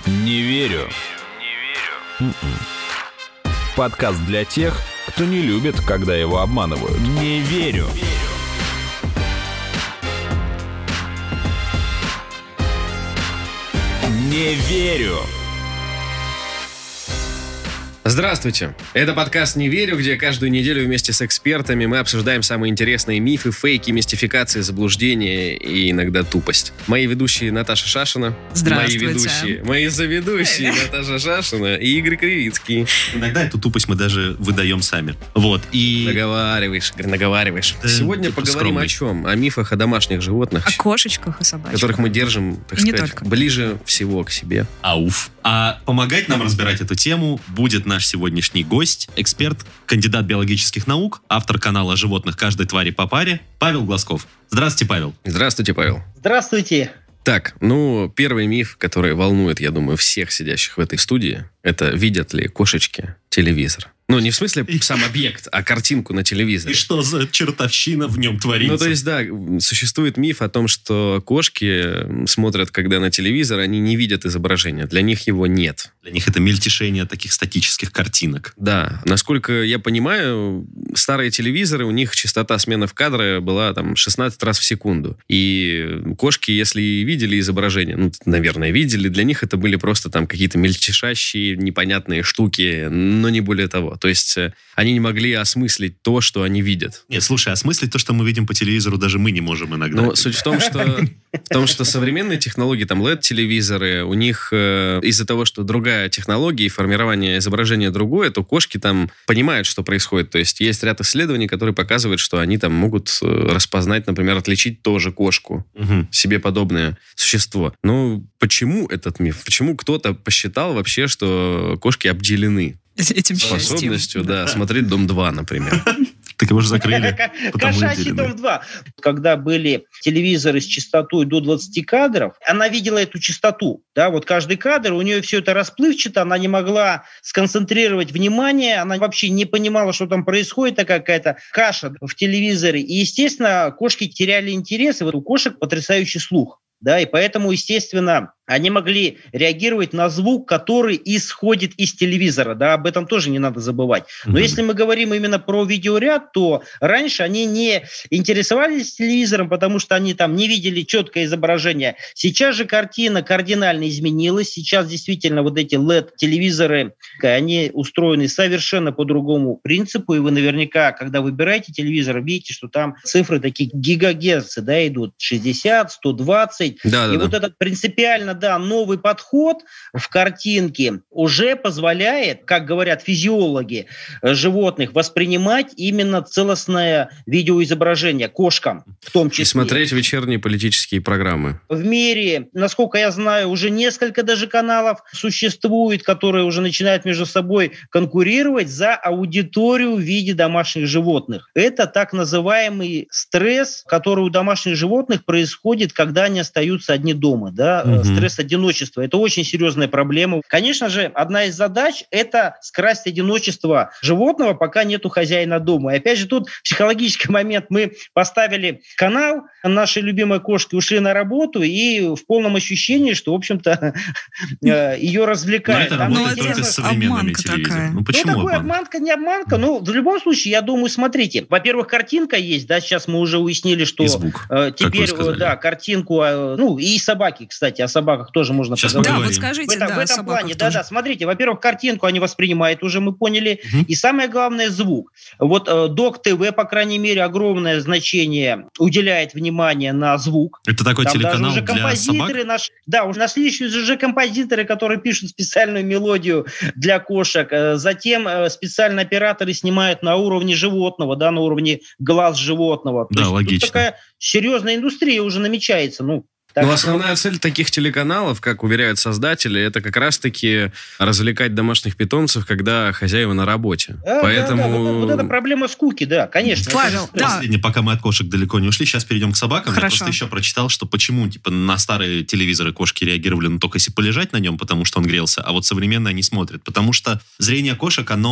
Не верю. Подкаст для тех, кто не любит, когда его обманывают. Не верю. Не верю. Здравствуйте! Это подкаст «Не верю», где каждую неделю вместе с экспертами мы обсуждаем самые интересные мифы, фейки, мистификации, заблуждения и иногда тупость. Мои ведущие Наташа Шашина. Здравствуйте. Мои заведущие Наташа Шашина и Игорь Кривицкий. Иногда эту тупость мы даже выдаем сами. Вот, и... Наговариваешь. Да, Сегодня ты поговорим скромный. о чем? О мифах о домашних животных, О кошечках и собачках. которых мы держим, так Не сказать, только. ближе всего к себе. Ауф. А помогать нам разбирать эту тему будет наш сегодняшний гость, эксперт, кандидат биологических наук, автор канала о животных «Каждой твари по паре» Павел Глазков. Здравствуйте, Павел. Здравствуйте, Павел. Здравствуйте. Так, первый миф, который волнует, я думаю, всех сидящих в этой студии, это видят ли кошечки телевизор. Ну, не в смысле сам объект, а картинку на телевизоре. И что за чертовщина в нем творится? Ну, то есть, да, существует миф о том, что кошки смотрят, когда на телевизор, они не видят изображения. Для них его нет. Для них это мельтешение таких статических картинок. Да, насколько я понимаю, старые телевизоры, у них частота смены в кадре была там 16 раз в секунду. И кошки, если и видели изображение, наверное, видели, для них это были просто там какие-то мельтешащие, непонятные штуки, но не более того. То есть они не могли осмыслить то, что они видят. Нет, слушай, осмыслить то, что мы видим по телевизору, даже мы не можем иногда. Но суть в том, что современные технологии, там LED-телевизоры, у них из-за того, что другая технология и формирование изображения другое, то кошки там понимают, что происходит. То есть есть ряд исследований, которые показывают, что они там могут распознать, например, отличить тоже кошку, себе подобное существо. Но почему этот миф? Почему кто-то посчитал вообще, что кошки обделены Этим способностью, да, смотреть «Дом-2», например? Так его же закрыли. Кошачий дом 2. Когда были телевизоры с частотой до 20 кадров, она видела эту частоту. Да, вот каждый кадр, у нее все это расплывчато, она не могла сконцентрировать внимание, она вообще не понимала, что там происходит, такая какая-то каша в телевизоре. И, естественно, кошки теряли интерес, и вот у кошек потрясающий слух. Да, и поэтому, естественно, они могли реагировать на звук, который исходит из телевизора. Да, об этом тоже не надо забывать. Но если мы говорим именно про видеоряд, то раньше они не интересовались телевизором, потому что они там не видели четкое изображение. Сейчас же картина кардинально изменилась. Сейчас действительно вот эти LED-телевизоры, они устроены совершенно по другому принципу. И вы наверняка, когда выбираете телевизор, видите, что там цифры такие гигагерцы, да, идут 60, 120. Да. Вот этот принципиально, новый подход в картинке уже позволяет, как говорят физиологи животных, воспринимать именно целостное видеоизображение кошкам в том числе. И смотреть вечерние политические программы. В мире, насколько я знаю, уже несколько даже каналов существует, которые уже начинают между собой конкурировать за аудиторию в виде домашних животных. Это так называемый стресс, который у домашних животных происходит, когда они остаются одни дома. Да? Стресс одиночества. Это очень серьезная проблема. Конечно же, одна из задач – это скрасть одиночество животного, пока нету хозяина дома. И опять же, тут психологический момент. Мы поставили канал нашей любимой кошки, ушли на работу и в полном ощущении, что, в общем-то, ее развлекают. Но это работает только с современными телевизорами. Ну почему такое обманка, не обманка? Ну, в любом случае, я думаю, смотрите. Во-первых, картинка есть, да, сейчас мы уже уяснили, что и звук, теперь, да, картинку, и собаки, кстати, о собаках тоже можно поговорить. Да, вот скажите, в этом плане, смотрите, во-первых, картинку они воспринимают уже, мы поняли, и самое главное, звук. Вот Док ТВ, по крайней мере, огромное значение уделяет внимание на звук. Это такой там телеканал даже уже для собак? Уже нашли уже композиторы, которые пишут специальную мелодию для кошек. Затем специально операторы снимают на уровне животного, да, на уровне глаз животного. Да, логично. Такая серьезная индустрия уже намечается. Основная цель таких телеканалов, как уверяют создатели, это как раз-таки развлекать домашних питомцев, когда хозяева на работе. Поэтому... Вот эта проблема скуки, да, конечно. Павел, Последнее, пока мы от кошек далеко не ушли, сейчас перейдем к собакам. Хорошо. Я просто еще прочитал, что почему на старые телевизоры кошки реагировали, только если полежать на нем, потому что он грелся, а вот современные они смотрят. Потому что зрение кошек, оно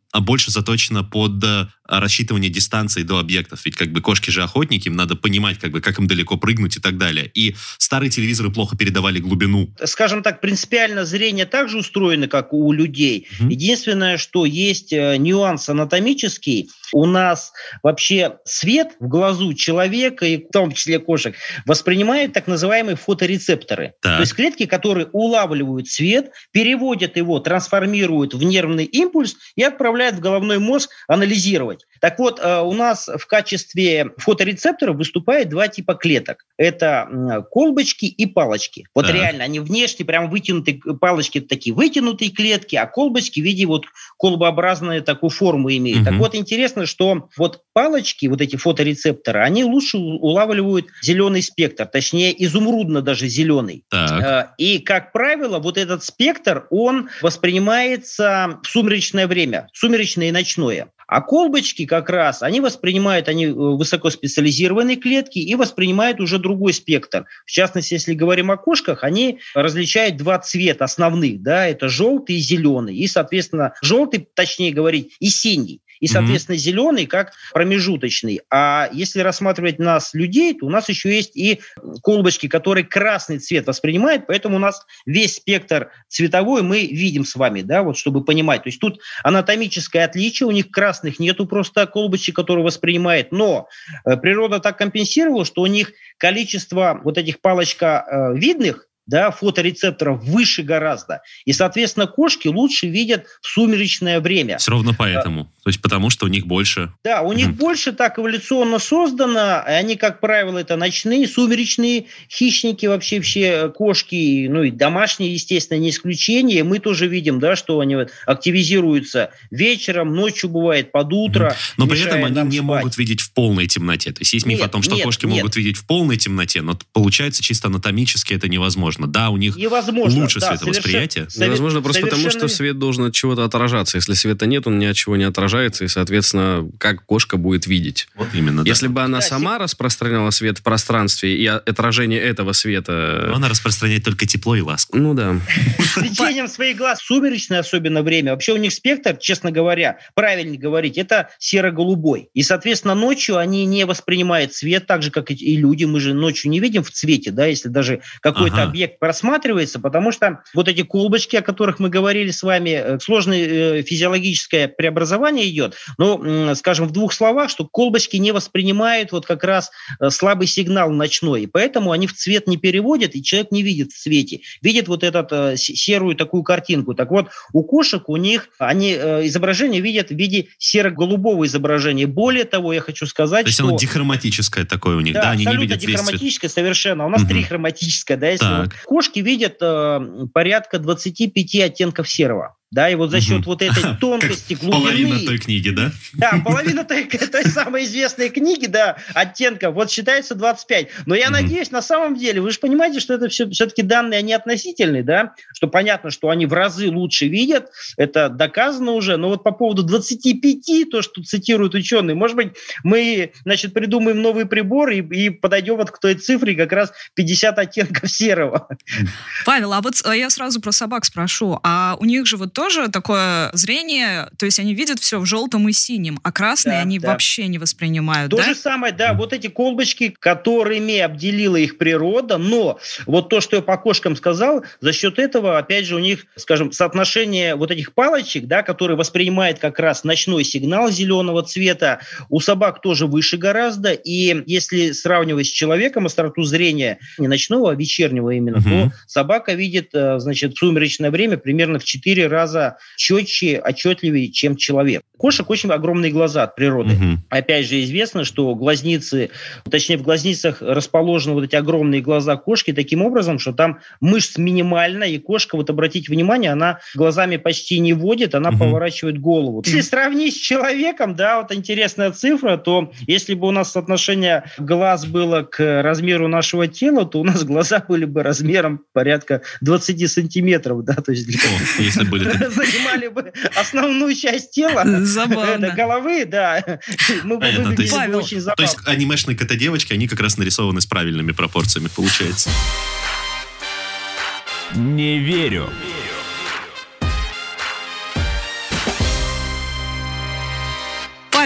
больше заточена под рассчитывание дистанции до объектов. Ведь как бы кошки же охотники, им надо понимать, как им далеко прыгнуть и так далее. И старые телевизоры плохо передавали глубину. Скажем так, принципиально зрение также устроено, как у людей. Единственное, что есть нюанс анатомический. У нас вообще свет в глазу человека, и в том числе кошек, воспринимают так называемые фоторецепторы. Так. То есть клетки, которые улавливают свет, переводят его, трансформируют в нервный импульс и отправляют в головной мозг анализировать. Так вот, у нас в качестве фоторецепторов выступает два типа клеток. Это колбочки и палочки. Вот так. Реально, они внешне прям вытянутые, палочки такие вытянутые клетки, а колбочки в виде вот колбообразную такую форму имеют. Так вот, интересно, что вот палочки, вот эти фоторецепторы, они лучше улавливают зеленый спектр, точнее, изумрудно даже зеленый. Так. И, как правило, вот этот спектр, он воспринимается в сумеречное время, сумеречное и ночное. А колбочки как раз, они высокоспециализированные клетки и воспринимают уже другой спектр. В частности, если говорим о кошках, они различают два цвета основных, да, это желтый и зеленый. И, соответственно, желтый, точнее говорить, и синий. И, соответственно, зеленый как промежуточный. А если рассматривать нас, людей, то у нас еще есть и колбочки, которые красный цвет воспринимают, поэтому у нас весь спектр цветовой мы видим с вами, да, вот чтобы понимать. То есть тут анатомическое отличие, у них красных нету просто колбочек, которые воспринимает, но природа так компенсировала, что у них количество вот этих палочковидных, да, фоторецепторов выше гораздо. И, соответственно, кошки лучше видят в сумеречное время. Все равно поэтому. То есть потому, что у них больше... Да, у них больше так эволюционно создано. И они, как правило, это ночные, сумеречные хищники, вообще кошки, ну и домашние, естественно, не исключение. Мы тоже видим, да, что они активизируются вечером, ночью бывает, под утро. Но при этом они не могут видеть в полной темноте. То есть есть миф о том, что кошки могут видеть в полной темноте, но получается чисто анатомически это невозможно. Да, у них лучше световосприятие. Невозможно просто потому, что свет должен от чего-то отражаться. Если света нет, он ни от чего не отражается, и, соответственно, как кошка будет видеть. Вот именно, да. Если бы она сама распространяла свет в пространстве, и отражение этого света... Но она распространяет только тепло и ласку. Ну да. Свечением своих глаз, сумеречное особенно время, вообще у них спектр, честно говоря, правильно говорить, это серо-голубой. И, соответственно, ночью они не воспринимают свет так же, как и люди. Мы же ночью не видим в цвете, да, если даже какой-то объект просматривается, потому что вот эти колбочки, о которых мы говорили с вами, сложное физиологическое преобразование идет. Но, скажем, в двух словах, что колбочки не воспринимают вот как раз слабый сигнал ночной, и поэтому они в цвет не переводят, и человек не видит в цвете. Видит вот эту серую такую картинку. Так вот, у кошек, у них, они изображение видят в виде серо-голубого изображения. Более того, я хочу сказать, то есть что... оно дихроматическое такое у них, да? Они не видят дихроматическое совершенно. У нас трихроматическое, да, если кошки видят порядка 25 оттенков серого. Да, и вот за счет вот этой тонкости, глубины... Половина той книги, да? Да, половина той самой известной книги, да, оттенков, вот считается 25. Но я надеюсь, на самом деле, вы же понимаете, что это все-таки данные, они относительные, да? Что понятно, что они в разы лучше видят, это доказано уже. Но вот по поводу 25, то, что цитируют ученые, может быть, мы, значит, придумаем новый прибор и подойдем вот к той цифре как раз 50 оттенков серого. Павел, а вот я сразу про собак спрошу. А у них же вот тоже такое зрение, то есть они видят все в желтом и синем, а красные они вообще не воспринимают, То же самое, да, вот эти колбочки, которыми обделила их природа, но вот то, что я по кошкам сказал, за счет этого, опять же, у них, скажем, соотношение вот этих палочек, да, которые воспринимают как раз ночной сигнал зеленого цвета, у собак тоже выше гораздо, и если сравнивать с человеком остроту зрения, не ночного, а вечернего именно, то собака видит, значит, в сумеречное время примерно в 4 раза четче, отчетливее, чем человек. Кошек очень огромные глаза от природы. Опять же, известно, что глазницы, точнее, в глазницах расположены вот эти огромные глаза кошки таким образом, что там мышц минимально, и кошка, вот обратите внимание, она глазами почти не водит, она поворачивает голову. Если сравнить с человеком, да, вот интересная цифра, то если бы у нас соотношение глаз было к размеру нашего тела, то у нас глаза были бы размером порядка 20 сантиметров, да, то есть если были занимали бы основную часть тела, головы, да, мы бы выглядели очень забавно. То есть анимешные кота-девочки, они как раз нарисованы с правильными пропорциями, получается. Не верю.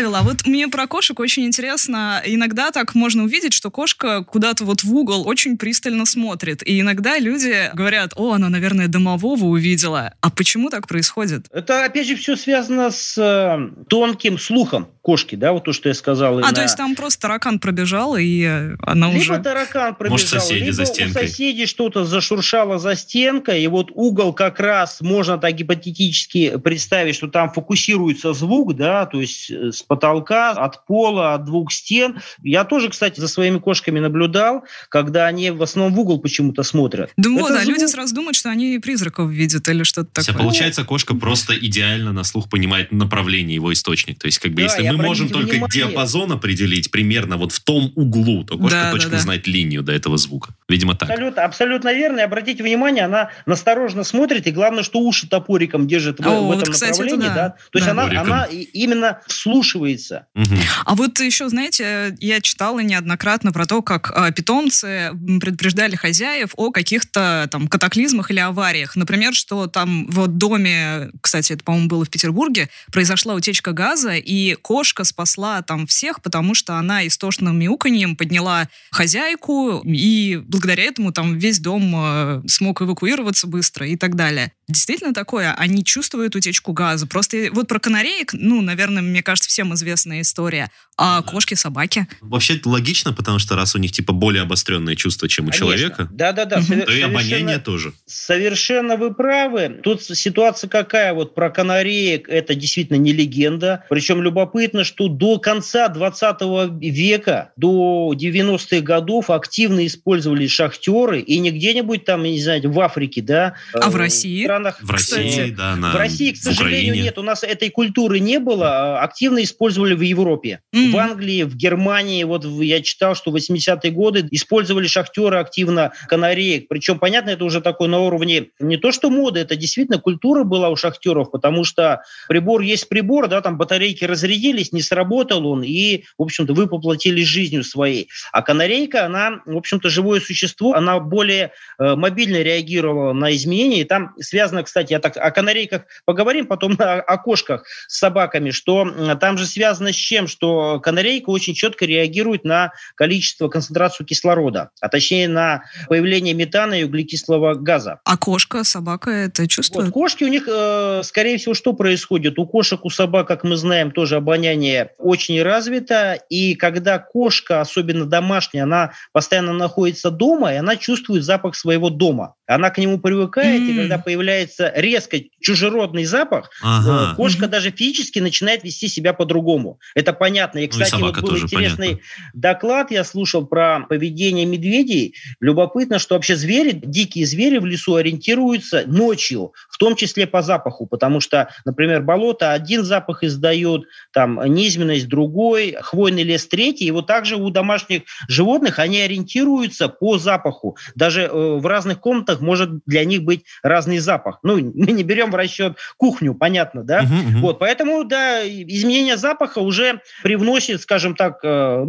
Павел, а вот мне про кошек очень интересно. Иногда так можно увидеть, что кошка куда-то вот в угол очень пристально смотрит. И иногда люди говорят: о, она, наверное, домового увидела. А почему так происходит? Это, опять же, все связано с тонким слухом кошки, да, вот то, что я сказал. То есть там просто таракан пробежал, и она либо уже... таракан пробежал, может, соседи либо за стенкой. у соседей что-то зашуршало за стенкой, и вот угол как раз можно так гипотетически представить, что там фокусируется звук, да, то есть с потолка, от пола, от двух стен. Я тоже, кстати, за своими кошками наблюдал, когда они в основном в угол почему-то смотрят. Да вот, а люди сразу думают, что они призраков видят или что-то такое. Получается, кошка просто идеально на слух понимает направление, его источник. То есть, как бы, Да, если мы можем только диапазон определить примерно вот в том углу, то кошка точно знает линию до этого звука. Видимо, так. Абсолютно верно. И обратите внимание, она настороженно смотрит, и главное, что уши топориком держит в этом направлении. Да? То есть она именно вслушивается. Угу. А вот еще, знаете, я читала неоднократно про то, как питомцы предупреждали хозяев о каких-то там катаклизмах или авариях. Например, что там в доме, кстати, это, по-моему, было в Петербурге, произошла утечка газа, и кошка спасла там всех, потому что она истошным мяуканьем подняла хозяйку, и благодаря этому там весь дом смог эвакуироваться быстро и так далее. Действительно такое? Они чувствуют утечку газа? Просто вот про канареек, наверное, мне кажется, всем известная история. А кошки, собаки? Вообще это логично, потому что раз у них типа более обостренные чувства, чем у человека, да, то и обоняние тоже. Совершенно вы правы. Тут ситуация какая? Вот про канареек это действительно не легенда. Причем любопытно, что до конца 20 века, до 90-х годов активно использовали шахтеры, и не где-нибудь там, не знаю, в Африке, да. А в России? В России, да. В России, к сожалению, Украине. нет. У нас этой культуры не было. Активно использовали в Европе. В Англии, в Германии. Вот я читал, что в 80-е годы использовали шахтеры активно канареек. Причем, понятно, это уже такой на уровне не то что моды, это действительно культура была у шахтеров, потому что прибор есть прибор, да, там батарейки разрядились, не сработал он, и, в общем-то, вы поплатились жизнью своей. А канарейка, она, в общем-то, живое существо, она более мобильно реагировала на изменения. И там связано, кстати, о канарейках поговорим, потом о кошках с собаками, что там же связано с чем, что канарейка очень четко реагирует на количество, концентрацию кислорода, а точнее на появление метана и углекислого газа. А кошка, собака это чувствует? Вот, кошки у них, скорее всего, что происходит? У кошек, у собак, как мы знаем, тоже обоняние очень развито, и когда кошка, особенно домашняя, она постоянно находится дома, и она чувствует запах своего дома. Она к нему привыкает, и когда появляется резко чужеродный запах, кошка даже физически начинает вести себя по-другому. Это понятно. И, кстати, вот был интересный доклад, я слушал про поведение медведей. Любопытно, что вообще звери, дикие звери в лесу ориентируются ночью, в том числе по запаху, потому что, например, болото один запах издает, там низменность другой, хвойный лес третий, и вот также у домашних животных они ориентируются по запаху. Даже в разных комнатах может для них быть разный запах. Мы не берем в расчет кухню, понятно, да? Вот, поэтому, да, изменение запаха уже привносит, скажем так,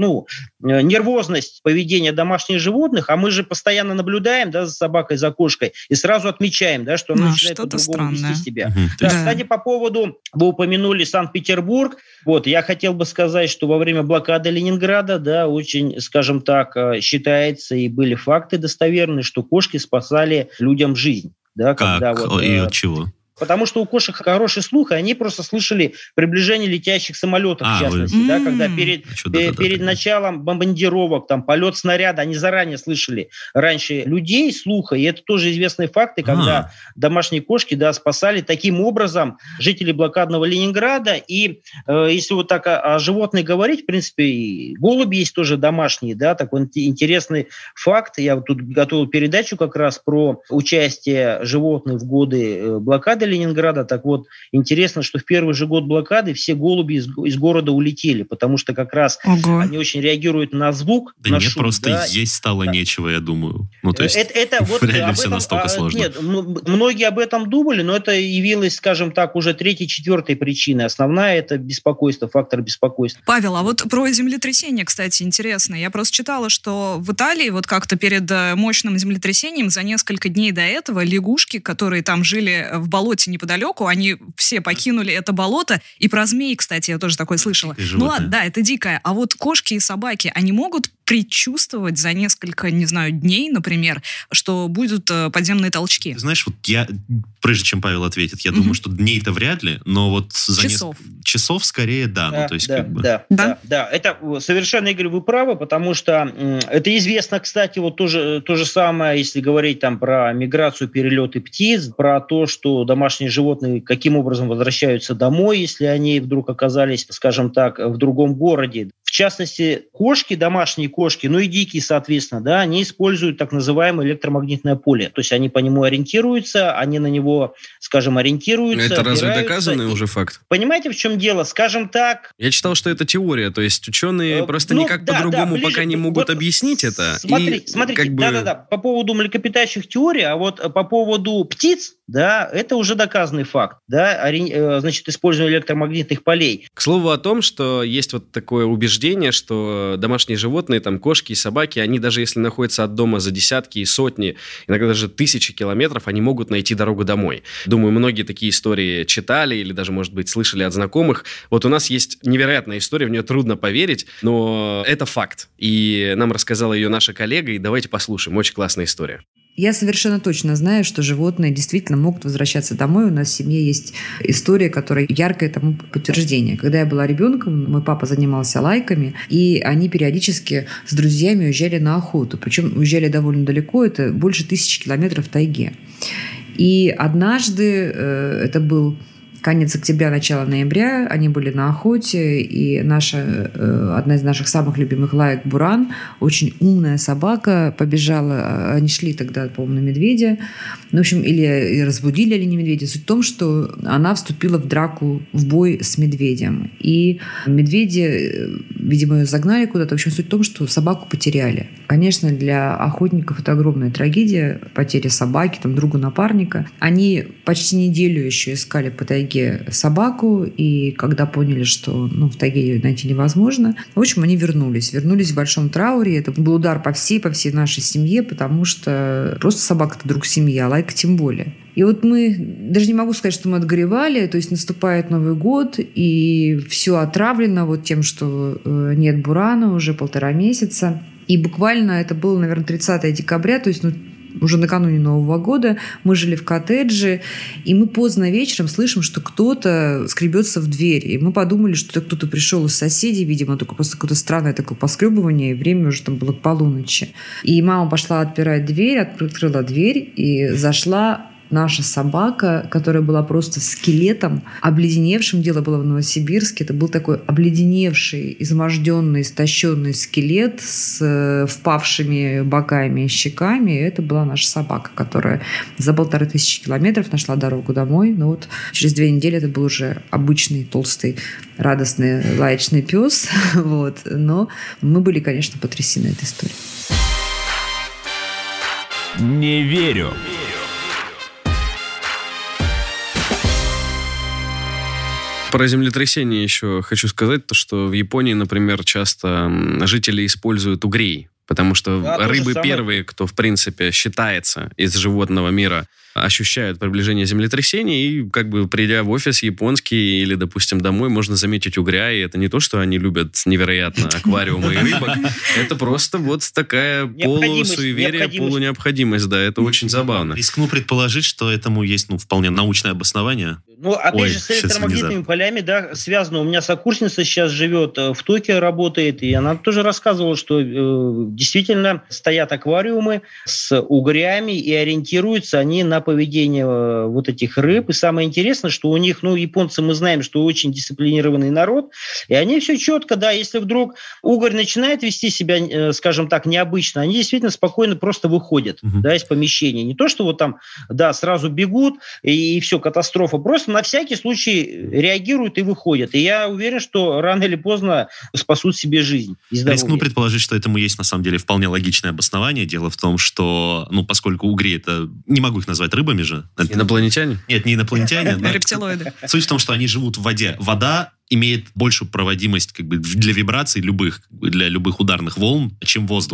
нервозность поведения домашних животных, а мы же постоянно наблюдаем, да, за собакой, за кошкой, и сразу отмечаем, да, что она начинает по-другому вести себя. Да, кстати, по поводу, вы упомянули Санкт-Петербург, вот, я хотел бы сказать, что во время блокады Ленинграда, да, очень, скажем так, считается, и были факты достоверные, что кошки спасали людям жизнь. Да, когда и от чего? Потому что у кошек хороший слух, и они просто слышали приближение летящих самолетов, в частности. Да, когда перед началом бомбардировок, там, полет снаряда, они заранее слышали раньше людей слуха, и это тоже известные факты, когда домашние кошки, да, спасали таким образом жителей блокадного Ленинграда. И если вот так о животных говорить, в принципе, и голуби есть тоже домашние, да, такой интересный факт. Я вот тут готовил передачу как раз про участие животных в годы блокады Ленинграда. Так вот, интересно, что в первый же год блокады все голуби из города улетели, потому что как раз они очень реагируют на звук, на шум. Просто есть стало нечего, я думаю. То есть вряд ли все настолько сложно. Нет, многие об этом думали, но это явилось, скажем так, уже третьей, четвертой причиной. Основная – это беспокойство, фактор беспокойства. Павел, а вот про землетрясение, кстати, интересно. Я просто читала, что в Италии вот как-то перед мощным землетрясением за несколько дней до этого лягушки, которые там жили в болоте болоте неподалеку, они все покинули это болото, и про змей, кстати, я тоже такое слышала. Ну ладно, да, это дикое. А вот кошки и собаки, они могут предчувствовать за несколько, не знаю, дней, например, что будут подземные толчки? Ты знаешь, вот я, прежде чем Павел ответит, я думаю, что дней-то вряд ли, но вот за часов скорее да. Да, ну, то есть, да, это совершенно, Игорь, вы правы, потому что это известно, кстати, вот то же самое, если говорить там про миграцию, перелеты птиц, про то, что домашние животные каким образом возвращаются домой, если они вдруг оказались, скажем так, в другом городе. В частности, кошки, домашние кошки, ну и дикие, соответственно, да, они используют так называемое электромагнитное поле. То есть они по нему ориентируются, они на него, скажем, ориентируются. Это разве доказанный уже факт? Понимаете, в чем дело? Скажем так... Я читал, что это теория, то есть ученые просто никак по-другому пока не могут объяснить это. Смотрите, да-да-да, по поводу млекопитающих теорий, а вот по поводу птиц, да, это уже доказанный факт, да, значит, использование электромагнитных полей. К слову о том, что есть вот такое убеждение, что домашние животные, там кошки и собаки, они даже если находятся от дома за десятки и сотни, иногда даже тысячи километров, они могут найти дорогу домой. Думаю, многие такие истории читали или даже, может быть, слышали от знакомых. Вот у нас есть невероятная история, в нее трудно поверить, но это факт. И нам рассказала ее наша коллега, и давайте послушаем. Очень классная история. Я совершенно точно знаю, что животные действительно могут возвращаться домой. У нас в семье есть история, которая яркое тому подтверждение. Когда я была ребенком, мой папа занимался лайками, и они периодически с друзьями уезжали на охоту. Причем уезжали довольно далеко, это больше 1000 километров в тайге. И однажды, это был конец октября, начало ноября, они были на охоте, и одна из наших самых любимых лаек Буран, очень умная собака, побежала, они шли тогда, по-моему, на медведя, в общем, или разбудили они медведя. Суть в том, что она вступила в драку, в бой с медведем, и медведи, видимо, ее загнали куда-то. В общем, суть в том, что собаку потеряли. Конечно, для охотников это огромная трагедия, потеря собаки, там, друга напарника. Они почти неделю еще искали по тайге собаку, и когда поняли, что в тайге ее найти невозможно, в общем, они вернулись в большом трауре. Это был удар по всей нашей семье, потому что просто собака-то друг семьи, а лайка тем более. И вот мы, даже не могу сказать, что мы отгоревали, то есть наступает Новый год, и все отравлено вот тем, что нет Бурана уже 1,5 месяца. И буквально это было, наверное, 30 декабря, то есть уже накануне Нового года, мы жили в коттедже, и мы поздно вечером слышим, что кто-то скребется в дверь. И мы подумали, что это кто-то пришел из соседей, видимо, только просто какое-то странное такое поскребывание, и время уже там было к полуночи. И мама пошла отпирать дверь, открыла дверь, и зашла наша собака, которая была просто скелетом, обледеневшим. Дело было в Новосибирске. Это был такой обледеневший, изможденный, истощенный скелет с впавшими боками и щеками. И это была наша собака, которая за 1500 километров нашла дорогу домой. Но вот через 2 недели это был уже обычный, толстый, радостный, лаечный пес. Вот. Но мы были, конечно, потрясены этой историей. Не верю. Про землетрясение еще хочу сказать, то, что в Японии, например, часто жители используют угрей, потому что рыбы первые, кто, в принципе, считается из животного мира, ощущают приближение землетрясения, и как бы придя в офис японский или, допустим, домой, можно заметить угря, и это не то, что они любят невероятно аквариумы и рыбок, это просто вот такая полусуеверие, полунеобходимость, да, это очень забавно. Рискну предположить, что этому есть, вполне научное обоснование. Опять же, с электромагнитными полями, да, связано. У меня сокурсница сейчас живет в Токио, работает, и она тоже рассказывала, что действительно стоят аквариумы с угрями, и ориентируются они на поведение вот этих рыб. И самое интересное, что у них, японцы, мы знаем, что очень дисциплинированный народ, и они все четко, да, если вдруг угорь начинает вести себя, скажем так, необычно, они действительно спокойно просто выходят, да, из помещения. Не то, что вот там, да, сразу бегут, и все, катастрофа. Просто на всякий случай реагируют и выходят. И я уверен, что рано или поздно спасут себе жизнь. Рискну предположить, что этому есть, на самом деле, вполне логичное обоснование. Дело в том, что, поскольку угри, это... Не могу их назвать рыбами же. Инопланетяне? Нет, не инопланетяне. Рептилоиды. Суть в том, что они живут в воде. Вода имеет большую проводимость для вибраций любых, для любых ударных волн, чем воздух.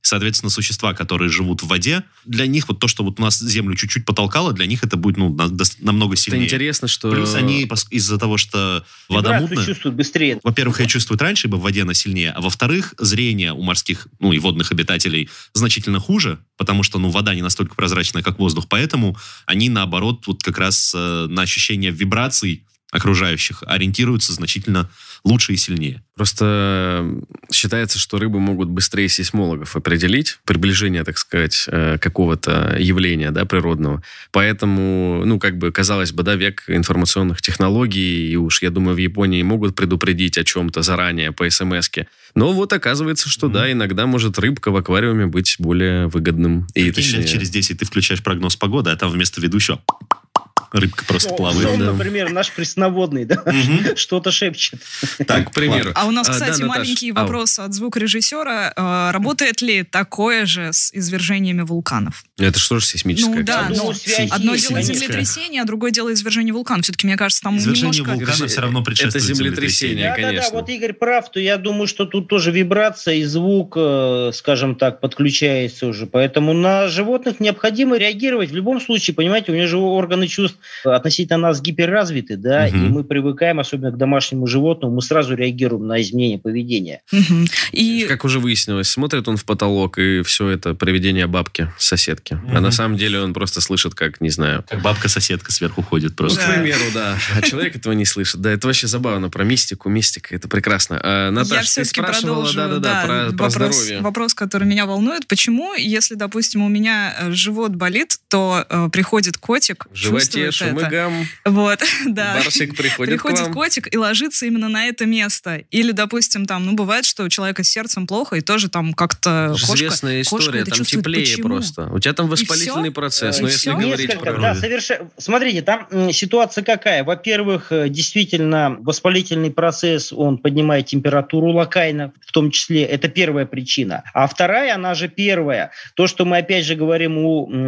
Соответственно, существа, которые живут в воде, для них вот то, что вот у нас землю чуть-чуть потолкало, для них это будет намного сильнее. Это интересно, что... Плюс они из-за того, что вода мутная... чувствуют быстрее. Во-первых, ее чувствуют раньше, ибо в воде она сильнее, а во-вторых, зрение у морских, и водных обитателей значительно хуже, потому что, вода не настолько прозрачная, как воздух, поэтому они, наоборот, вот как раз на ощущение вибраций окружающих ориентируются значительно лучше и сильнее. Просто считается, что рыбы могут быстрее сейсмологов определить приближение, так сказать, какого-то явления, да, природного. Поэтому, казалось бы, век информационных технологий, и уж, я думаю, в Японии могут предупредить о чем-то заранее по смс-ке. Но вот оказывается, что да, иногда может рыбка в аквариуме быть более выгодным. И точнее, лет через 10 ты включаешь прогноз погоды, а там вместо ведущего рыбка просто плавает. Например, наш пресноводный, да, что-то шепчет. Так, к примеру. А у нас, кстати, маленький вопрос от звукорежиссера. Работает ли такое же с извержениями вулканов? Это что же сейсмическое? Одно дело землетрясение, а другое дело извержение вулкана. Все-таки, мне кажется, там извержение немножко... вулкана все равно предшествует землетрясение, конечно. Да, вот Игорь прав, то я думаю, что тут тоже вибрация и звук, скажем так, подключается уже. Поэтому на животных необходимо реагировать. В любом случае, понимаете, у них же органы чувств относительно нас гиперразвиты, да, и мы привыкаем, особенно к домашнему животному, мы сразу реагируем на изменение поведения. И как уже выяснилось, смотрит он в потолок, и все это привидение бабки, соседки. А на самом деле он просто слышит, как, не знаю... Как бабка-соседка сверху ходит просто. К примеру, да. А человек этого не слышит. Да, это вообще забавно. Про мистику, это прекрасно. Наташа, ты спрашивала, про здоровье. Вопрос, который меня волнует. Почему, если, допустим, у меня живот болит, то приходит котик, в животе шум-и-гам. Вот, да. Барсик приходит к вам. котик и ложится именно на это место. Или, допустим, там, бывает, что у человека с сердцем плохо, и тоже там как-то известная история, там теплее просто. У тебя там воспалительный процесс, но если говорить про... Да, совершенно. Смотрите, там ситуация какая? Во-первых, действительно, воспалительный процесс, он поднимает температуру локально, в том числе, это первая причина. А вторая, она же первая, то, что мы опять же говорим,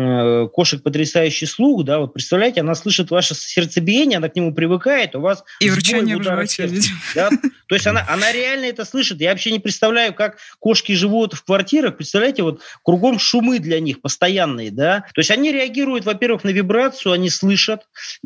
у кошек потрясающий слух, да, вот представляете, она слышит ваше сердцебиение, она к нему привыкает, у вас и урчание в животе, да? То есть она реально это слышит. Я вообще не представляю, как кошки живут в квартирах. Представляете, вот кругом шумы для них постоянные, да? То есть они реагируют, во-первых, на вибрацию, они слышат,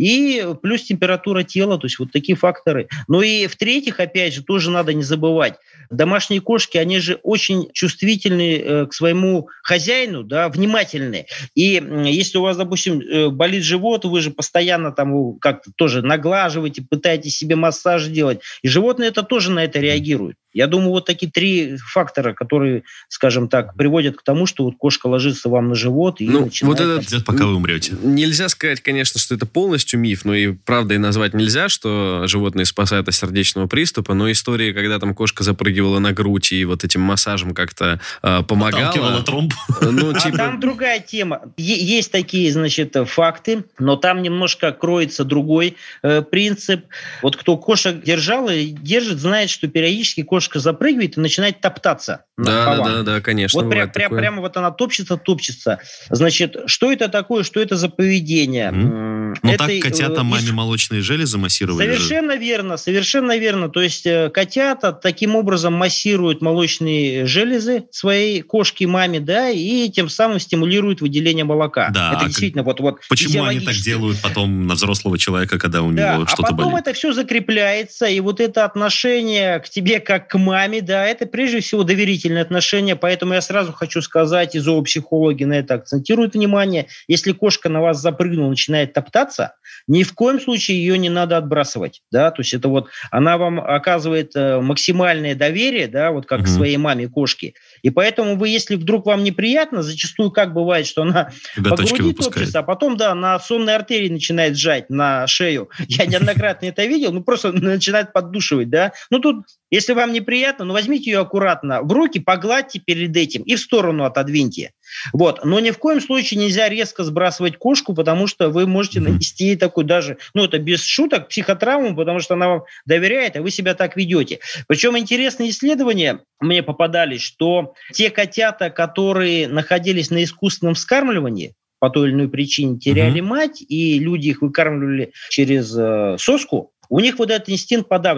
и плюс температура тела, то есть вот такие факторы. Ну и в-третьих, опять же, тоже надо не забывать, домашние кошки, они же очень чувствительны к своему хозяину, да, внимательны. И если у вас, допустим, болит живот, вы же постоянно там как-то тоже наглаживаете, пытаетесь себе массаж делать. И животные это тоже на это реагируют. Я думаю, вот такие три фактора, которые, скажем так, приводят к тому, что вот кошка ложится вам на живот и начинает... Вот это пока вы умрете. Нельзя сказать, конечно, что это полностью миф, но и правдой назвать нельзя, что животные спасают от сердечного приступа, но истории, когда там кошка запрыгивала на грудь и вот этим массажем как-то помогала... Отталкивала тромб. Там другая тема. Есть такие, значит, факты, но там немножко кроется другой принцип. Вот кто кошек держал и держит, знает, что периодически кошка запрыгивает и начинает топтаться. Да, конечно. Вот прямо вот она топчется. Значит, что это такое, что это за поведение? Ну так котята маме молочные железы массировали. Совершенно верно. То есть котята таким образом массируют молочные железы своей кошке маме, да, и тем самым стимулируют выделение молока. Да. Это действительно вот почему они так делают потом на взрослого человека, когда у него что-то болит? А потом это все закрепляется, и вот это отношение к тебе как к маме, да, это прежде всего доверительное отношение, поэтому я сразу хочу сказать, и зоопсихологи на это акцентируют внимание, если кошка на вас запрыгнула, начинает топтаться, ни в коем случае ее не надо отбрасывать, да, то есть это вот она вам оказывает максимальное доверие, да, вот как к своей маме кошке, и поэтому вы, если вдруг вам неприятно, зачастую как бывает, что она по груди топчется, а потом, да, на сонной артерии начинает сжать на шею, я неоднократно это видел, просто начинает поддушивать, да, тут, если вам неприятно, возьмите ее аккуратно в руки, погладьте перед этим и в сторону отодвиньте. Вот. Но ни в коем случае нельзя резко сбрасывать кошку, потому что вы можете нанести ей такой даже, это без шуток, психотравму, потому что она вам доверяет, а вы себя так ведете. Причем интересные исследования мне попадались, что те котята, которые находились на искусственном вскармливании, по той или иной причине теряли мать, и люди их выкармливали через соску, у них вот этот инстинкт подавлен.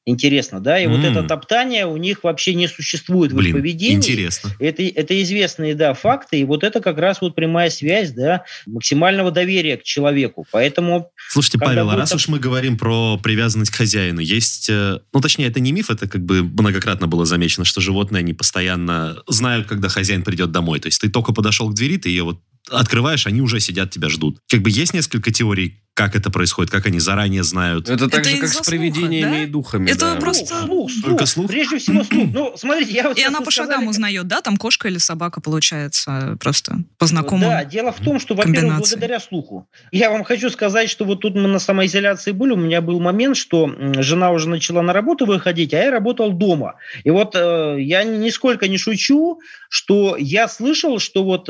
Интересно, да? И вот это топтание у них вообще не существует в их поведении. Интересно. Это известные, да, факты. И вот это как раз вот прямая связь, да, максимального доверия к человеку. Поэтому... Слушайте, Павел, а раз уж мы говорим про привязанность к хозяину, есть... Ну, точнее, это не миф, это как бы многократно было замечено, что животные, они постоянно знают, когда хозяин придет домой. То есть ты только подошел к двери, ты ее вот открываешь, они уже сидят, тебя ждут. Как бы есть несколько теорий, как это происходит, как они заранее знают. Это так же, как с привидениями, да? И духами. Это да. просто... Только слух? Прежде всего слух. Ну, смотрите, я вот... И она по шагам узнает, да? Там кошка или собака, получается, просто по знакомым. Да, дело в том, что, во-первых, благодаря слуху. Я вам хочу сказать, что вот тут мы на самоизоляции были, у меня был момент, что жена уже начала на работу выходить, а я работал дома. И вот я нисколько не шучу, что я слышал, что вот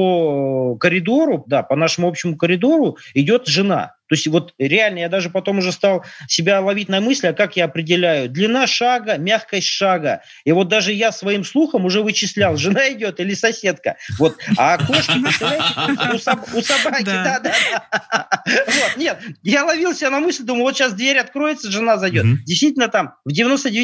по коридору, да, по нашему общему коридору идет жена. То есть вот реально я даже потом уже стал себя ловить на мысли, а как я определяю длина шага, мягкость шага. И вот даже я своим слухом уже вычислял, жена идет или соседка. Вот. А кошки, представляете, у собаки, да. Вот, нет, я ловил себя на мысли, думаю, вот сейчас дверь откроется, жена зайдет. Действительно там в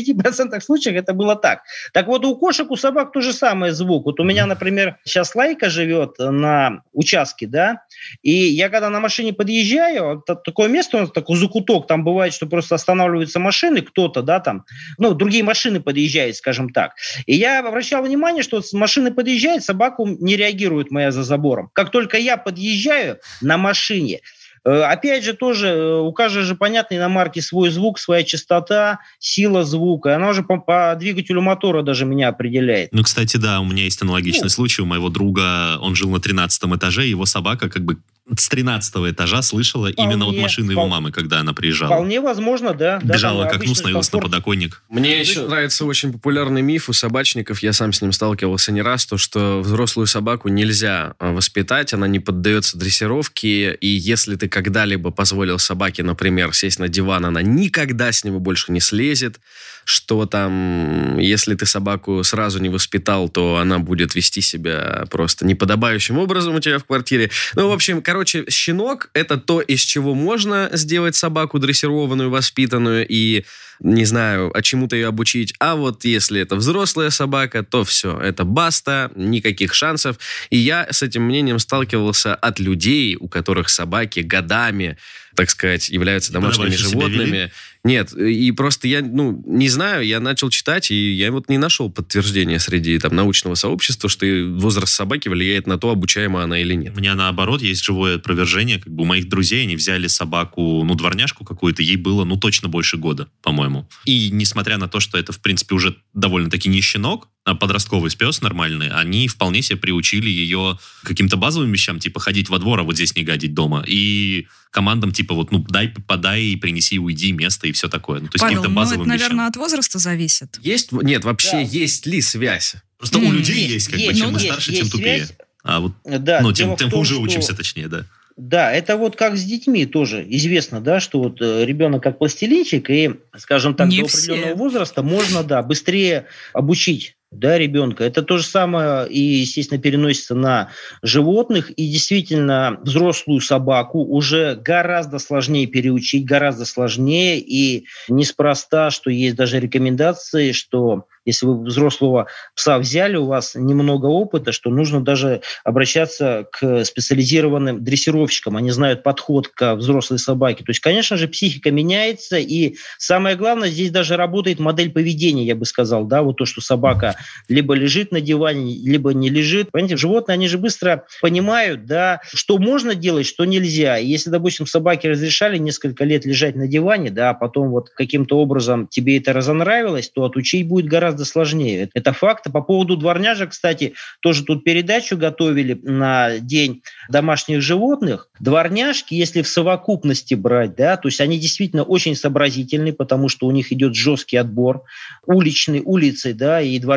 99% случаев это было так. Так вот у кошек, у собак то же самое звук. Вот у меня, например, сейчас Лайка живет на участке, да, и я когда на машине подъезжаю, такое место, у нас такой закуток, там бывает, что просто останавливаются машины, кто-то, да, там, ну, другие машины подъезжают, скажем так. И я обращал внимание, что машины подъезжают, собака не реагирует моя за забором. Как только я подъезжаю на машине, опять же, тоже у каждой же, понятно, иномарки свой звук, своя частота, сила звука. Она уже по двигателю мотора даже меня определяет. Ну, кстати, да, у меня есть аналогичный случай. У моего друга, он жил на 13-м этаже, его собака как бы с 13-го этажа слышала именно вот машину его мамы, когда она приезжала. Вполне возможно, да. Бежала к окну, становилась на подоконник. Мне еще нравится очень популярный миф у собачников, я сам с ним сталкивался не раз, то, что взрослую собаку нельзя воспитать, она не поддается дрессировке, и если ты когда-либо позволил собаке, например, сесть на диван, она никогда с него больше не слезет, что там, если ты собаку сразу не воспитал, то она будет вести себя просто неподобающим образом у тебя в квартире. Ну, в общем, короче, щенок — это то, из чего можно сделать собаку дрессированную, воспитанную и, не знаю, чему-то ее обучить. А вот если это взрослая собака, то все, это баста, никаких шансов. И я с этим мнением сталкивался от людей, у которых собаки годами, так сказать, являются домашними животными. Нет, и просто я, не знаю, я начал читать, и я вот не нашел подтверждения среди там научного сообщества, что возраст собаки влияет на то, обучаема она или нет. У меня наоборот есть живое опровержение. Как бы у моих друзей они взяли собаку, дворняжку какую-то, ей было, точно больше года, по-моему. И несмотря на то, что это, в принципе, уже довольно-таки не щенок, а подростковый пес нормальный, они вполне себе приучили ее к каким-то базовым вещам, типа ходить во двор, а вот здесь не гадить дома. И командам типа вот, дай, подай, принеси, уйди, место и все такое. То есть Павел, каким-то базовым это, наверное, вещам. от возраста зависит. Нет, вообще есть ли связь? Просто у людей есть, как бы, чем мы старше, тем тупее. Связь. А вот, да, тем хуже что... учимся, точнее, да. Да, это вот как с детьми тоже известно, да, что вот ребенок как пластилинчик, и, скажем так, Не до определенного возраста можно, да, быстрее обучить, да, ребенка. Это то же самое и, естественно, переносится на животных, и действительно взрослую собаку уже гораздо сложнее переучить, гораздо сложнее, и неспроста, что есть даже рекомендации, что если вы взрослого пса взяли, у вас немного опыта, что нужно даже обращаться к специализированным дрессировщикам. Они знают подход к взрослой собаке. То есть, конечно же, психика меняется, и самое главное, здесь даже работает модель поведения, я бы сказал, да, вот то, что собака либо лежит на диване, либо не лежит. Понимаете, животные, они же быстро понимают, да, что можно делать, что нельзя. И если, допустим, собаке разрешали несколько лет лежать на диване, да, а потом вот каким-то образом тебе это разонравилось, то отучить будет гораздо сложнее. Это факт. По поводу дворняжек, кстати, тоже тут передачу готовили на День домашних животных. Дворняжки, если в совокупности брать, да, то есть они действительно очень сообразительны, потому что у них идет жесткий отбор улицей, да, и дворняжки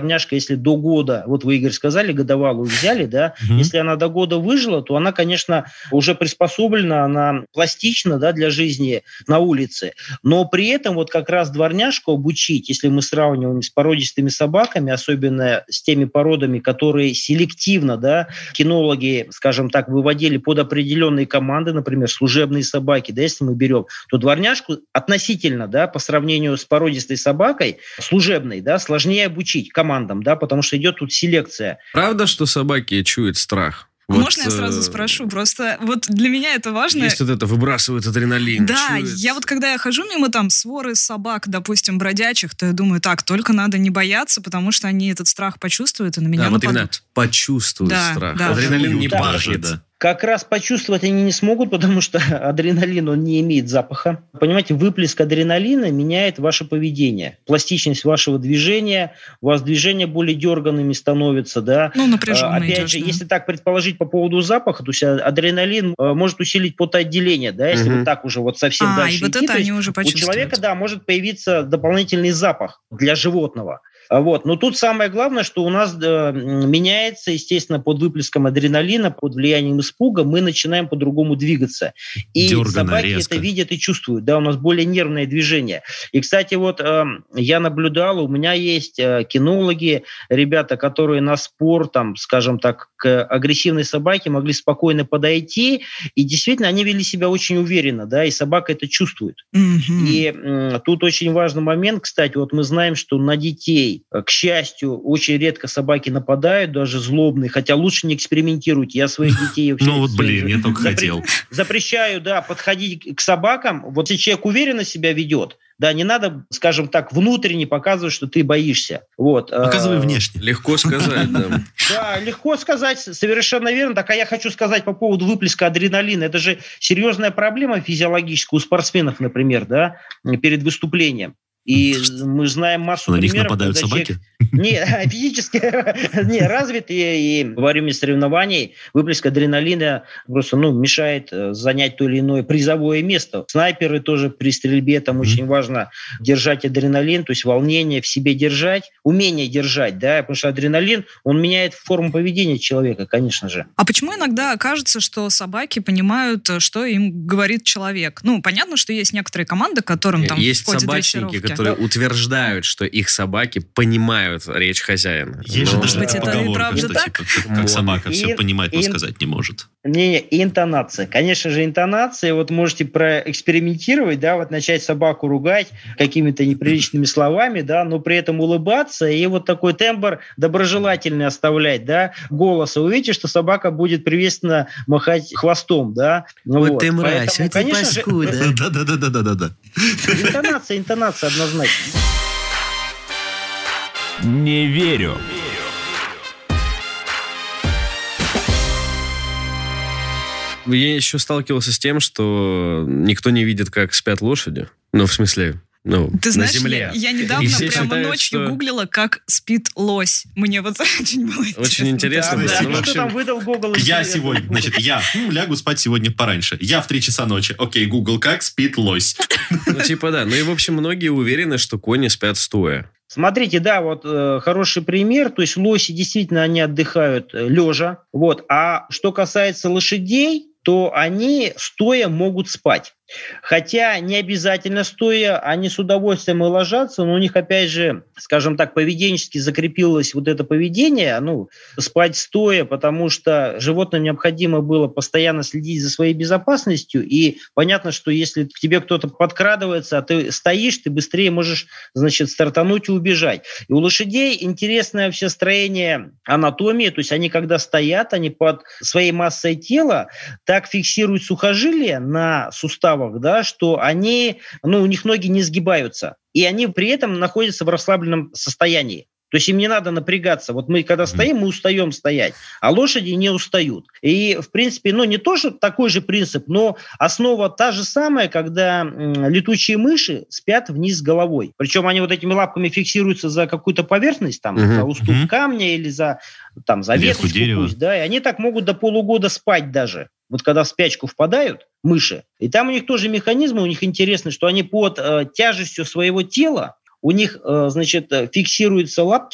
дворняжка, если до года, вот вы, Игорь, сказали, годовалую взяли, да, если она до года выжила, то она, конечно, уже приспособлена, она пластична, да, для жизни на улице. Но при этом вот как раз дворняжку обучить, если мы сравниваем с породистыми собаками, особенно с теми породами, которые селективно, да, кинологи, скажем так, выводили под определенные команды, например, служебные собаки, да, если мы берем, то дворняжку относительно, да, по сравнению с породистой собакой, служебной, да, сложнее обучить командам, да, потому что идет тут селекция. Правда, что собаки чуют страх? Можно я сразу спрошу? Просто вот для меня это важно. Есть вот это, выбрасывают адреналин. Да, чуют. я вот когда я хожу мимо там своры собак, допустим, бродячих, то я думаю, так, только надо не бояться, потому что они этот страх почувствуют и на меня вот нападут. именно почувствуют страх. Да. Адреналин не Да. пахнет. Да. Как раз почувствовать они не смогут, потому что адреналин, он не имеет запаха. Понимаете, выплеск адреналина меняет ваше поведение, пластичность вашего движения, у вас движения более дерганными становятся, да. Ну, напряженно Опять идешь, же, да. если так предположить по поводу запаха, то есть адреналин может усилить потоотделение, да, если вот так уже вот совсем дальше и вот идти, это то есть они уже у почувствуют. человека, да, может появиться дополнительный запах для животного. Вот. Но тут самое главное, что у нас меняется, естественно, под выплеском адреналина, под влиянием испуга мы начинаем по-другому двигаться. И Дёрганно, собаки резко. это видят и чувствуют. Да, у нас более нервное движение. И, кстати, вот я наблюдал, у меня есть кинологи, ребята, которые на спор, там, скажем так, к агрессивной собаке могли спокойно подойти, и действительно они вели себя очень уверенно, да, и собака это чувствует. И тут очень важный момент, кстати, вот мы знаем, что на детей, к счастью, очень редко собаки нападают, даже злобные, хотя лучше не экспериментируйте. Я своих детей вообще... Ну вот, блин, я только хотел. Запрещаю, да, подходить к собакам. Вот если человек уверенно себя ведет, да, не надо, скажем так, внутренне показывать, что ты боишься. Вот. Показывай внешне. Легко сказать, да. Да, легко сказать, совершенно верно. Так, а я хочу сказать по поводу выплеска адреналина. Это же серьезная проблема физиологическая у спортсменов, например, да, перед выступлением. И мы знаем массу На них примеров, нападают когда собаки? человек физически не развитые, и во время соревнований выплеск адреналина просто мешает занять то или иное призовое место. Снайперы тоже при стрельбе, там очень важно держать адреналин, то есть волнение в себе держать, умение держать, да, потому что адреналин, он меняет форму поведения человека, конечно же. А почему иногда кажется, что собаки понимают, что им говорит человек? Ну, понятно, что есть некоторые команды, которым там Есть в ходе собачники, дрессировки. которые утверждают, что их собаки понимают речь хозяина. Есть же Но- даже быть, это и поговорка, правда что так? типа, как собака все И- понимает, но и- сказать не может. И интонация. Конечно же, интонация. Вот можете проэкспериментировать, да, вот начать собаку ругать какими-то неприличными словами, да, но при этом улыбаться и вот такой тембр доброжелательный оставлять, да, голоса. Увидите, что собака будет приветственно махать хвостом, да. Вот ты мразь, Поэтому, вот ты конечно же, паскуда. Да. интонация однозначно. Не верю. Я еще сталкивался с тем, что никто не видит, как спят лошади. Ну, в смысле, Ты знаешь, на земле. я И недавно все прямо считают, ночью что- гуглила, как спит лось. Мне вот очень было интересно. Очень интересно Да, было. да. Ну, в Кто общем, там выдал Google? Я сегодня, значит, лягу спать сегодня пораньше. Я в 3 часа ночи. Окей, Google, как спит лось? Ну, типа, да. Ну и, в общем, многие уверены, что кони спят стоя. Смотрите, да, вот хороший пример. То есть лоси действительно они отдыхают лежа. Вот. А что касается лошадей, то они стоя могут спать. Хотя не обязательно стоя, они с удовольствием и ложатся, но у них, опять же, скажем так, поведенчески закрепилось вот это поведение, спать стоя, потому что животным необходимо было постоянно следить за своей безопасностью, и понятно, что если к тебе кто-то подкрадывается, а ты стоишь, ты быстрее можешь, стартануть и убежать. И у лошадей интересное вообще строение анатомии, то есть они, когда стоят, они под своей массой тела так фиксируют сухожилия на суставах, да, что они, у них ноги не сгибаются. И они при этом находятся в расслабленном состоянии. То есть им не надо напрягаться. Вот мы, когда стоим, мы устаем стоять, а лошади не устают. И, в принципе, не то, что такой же принцип, но основа та же самая, когда летучие мыши спят вниз головой. Причем они вот этими лапками фиксируются за какую-то поверхность, за уступ камня или за веточку дерева. пусть, да, и они так могут до полугода спать даже. Вот когда в спячку впадают мыши, и там у них тоже механизмы, у них интересно, что они под тяжестью своего тела, у них, фиксируются лапки,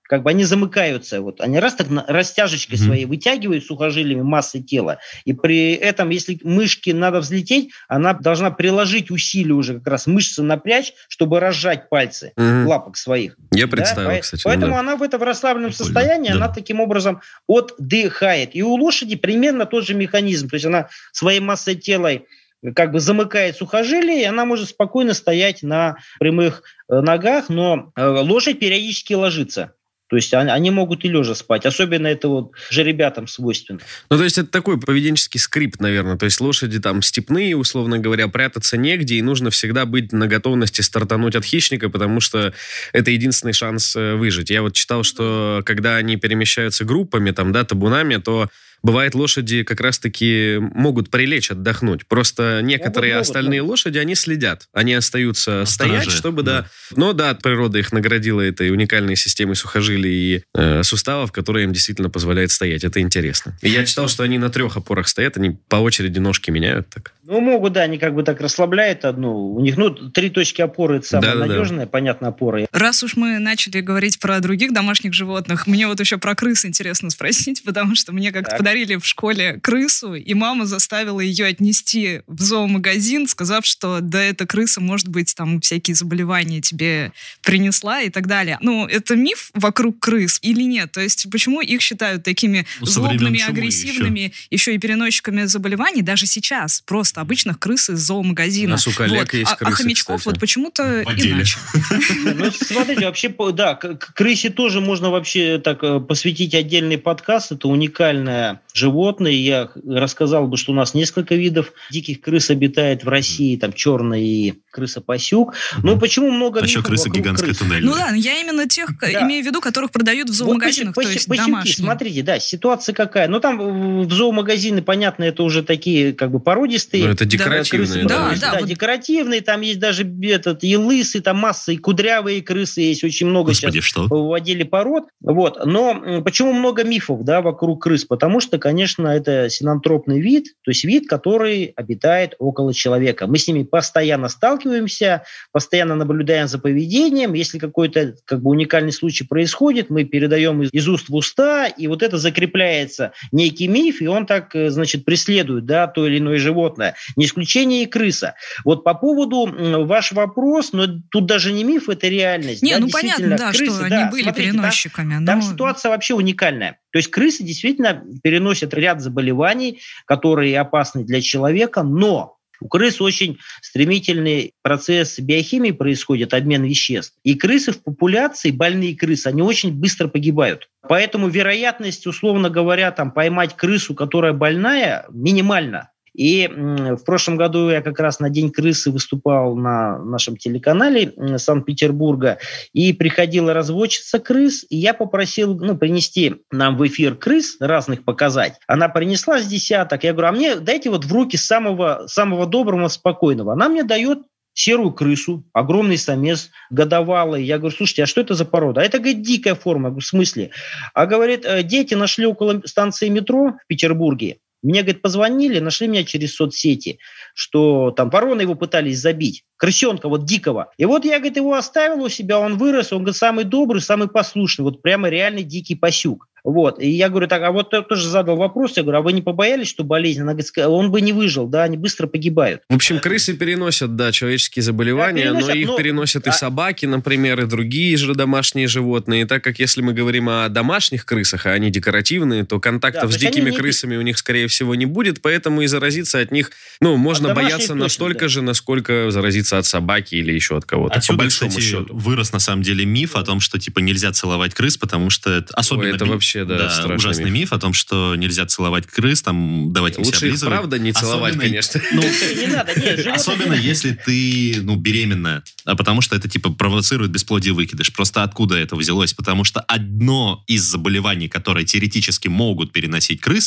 как бы они замыкаются. Вот они раз так растяжечкой своей вытягивают сухожилиями массой тела. И при этом, если мышке надо взлететь, она должна приложить усилия уже как раз мышцы напрячь, чтобы разжать пальцы лапок своих. Я представил, кстати. Поэтому она в этом расслабленном состоянии, она таким образом отдыхает. И у лошади примерно тот же механизм. То есть она своей массой тела как бы замыкает сухожилие, и она может спокойно стоять на прямых ногах, но лошадь периодически ложится. То есть они могут и лежа спать. Особенно это вот жеребятам свойственно. Ну, то есть это такой поведенческий скрипт, наверное. То есть лошади там степные, условно говоря, прятаться негде, и нужно всегда быть на готовности стартануть от хищника, потому что это единственный шанс выжить. Я вот читал, что когда они перемещаются группами, там, да, табунами, то бывает, лошади как раз-таки могут прилечь, отдохнуть. Просто некоторые остальные лошади, они следят. Они остаются стоять, чтобы, Но да, природа их наградила этой уникальной системой сухожилий и суставов, которая им действительно позволяет стоять. Это интересно. И я читал, что они на 3 опорах стоят, они по очереди ножки меняют так. Ну, могут, да, они как бы так расслабляют одну. У них, 3 точки опоры, это самая надежная, понятная опора. Раз уж мы начали говорить про других домашних животных, мне вот еще про крыс интересно спросить, потому что мне как-то подарили в школе крысу, и мама заставила ее отнести в зоомагазин, сказав, что да, эта крыса, может быть, там всякие заболевания тебе принесла и так далее. Ну, это миф вокруг крыс или нет? То есть почему их считают такими злобными, агрессивными, еще и переносчиками заболеваний, даже сейчас, просто обычных крыс из зоомагазина. У нас у коллег есть крысы, а хомячков кстати. Вот почему-то иначе. Ну, смотрите, вообще, да, к крысе тоже можно вообще так посвятить отдельный подкаст. Это уникальное животное. Я рассказал бы, что у нас несколько видов диких крыс обитает в России. Там черный и крыса-пасюк. Но почему много мифов вокруг крыса гигантская крыс? туннельная. Ну да, я именно тех имею в виду, которых продают в зоомагазинах, то есть домашние. Смотрите, да, ситуация какая. Ну, там в зоомагазины, понятно, это уже такие как бы породистые. Ну, это декоративные. Да, декоративные. Там есть даже и лысые, там масса, и кудрявые крысы есть. Очень много сейчас в отделе пород. Вот. Но почему много мифов, да, вокруг крыс? Потому что, конечно, это синантропный вид, то есть вид, который обитает около человека. Мы с ними постоянно сталкиваемся, постоянно наблюдаем за поведением. Если какой-то как бы уникальный случай происходит, мы передаем из уст в уста, и вот это закрепляется некий миф, и он так, значит, преследует, да, то или иное животное. Не исключение и крыса. Вот по поводу ваш вопрос, но тут даже не миф, это реальность. Не, да, ну понятно, да, крысы, что они были переносчиками. Там ситуация вообще уникальная. То есть крысы действительно переносят ряд заболеваний, которые опасны для человека, но у крыс очень стремительный процесс биохимии происходит, обмен веществ. И крысы в популяции, больные крысы, они очень быстро погибают. Поэтому вероятность, условно говоря, там, поймать крысу, которая больная, минимальна. И в прошлом году я как раз на День крысы выступал на нашем телеканале Санкт-Петербурга, и приходила разводчица крыс, и я попросил принести нам в эфир крыс разных показать. Она принесла с десяток, я говорю, а мне дайте вот в руки самого доброго, спокойного. Она мне дает серую крысу, огромный самец, годовалый. Я говорю, слушайте, а что это за порода? А это, говорит, дикая форма. Я говорю, в смысле? А, говорит, дети нашли около станции метро в Петербурге. Мне, говорит, позвонили, нашли меня через соцсети, что там ворона его пытались забить, крысенка вот дикого. И вот я, говорит, его оставил у себя, он вырос, он, говорит, самый добрый, самый послушный, вот прямо реальный дикий пасюк. Вот. И я говорю, так, а вот я тоже задал вопрос, я говорю, а вы не побоялись, что болезнь? Она говорит, он бы не выжил, да, они быстро погибают. В общем, крысы переносят, да, человеческие заболевания, но их переносят и собаки, например, и другие же домашние животные. И так как если мы говорим о домашних крысах, а они декоративные, то контактов с дикими крысами у них, скорее всего, не будет, поэтому и заразиться от них, можно бояться настолько же, насколько заразиться от собаки или еще от кого-то. Отсюда, по большому кстати, счету. Вырос на самом деле миф о том, что типа нельзя целовать крыс, потому что это особенно это вообще, да, ужасный миф о том, что нельзя целовать крыс, там давать им себя облизывать. Лучше их, правда, не целовать, конечно. Не надо, нет. Особенно если ты, беременная, потому что это типа провоцирует бесплодие выкидыш. Просто откуда это взялось? Потому что одно из заболеваний, которые теоретически могут переносить крысы,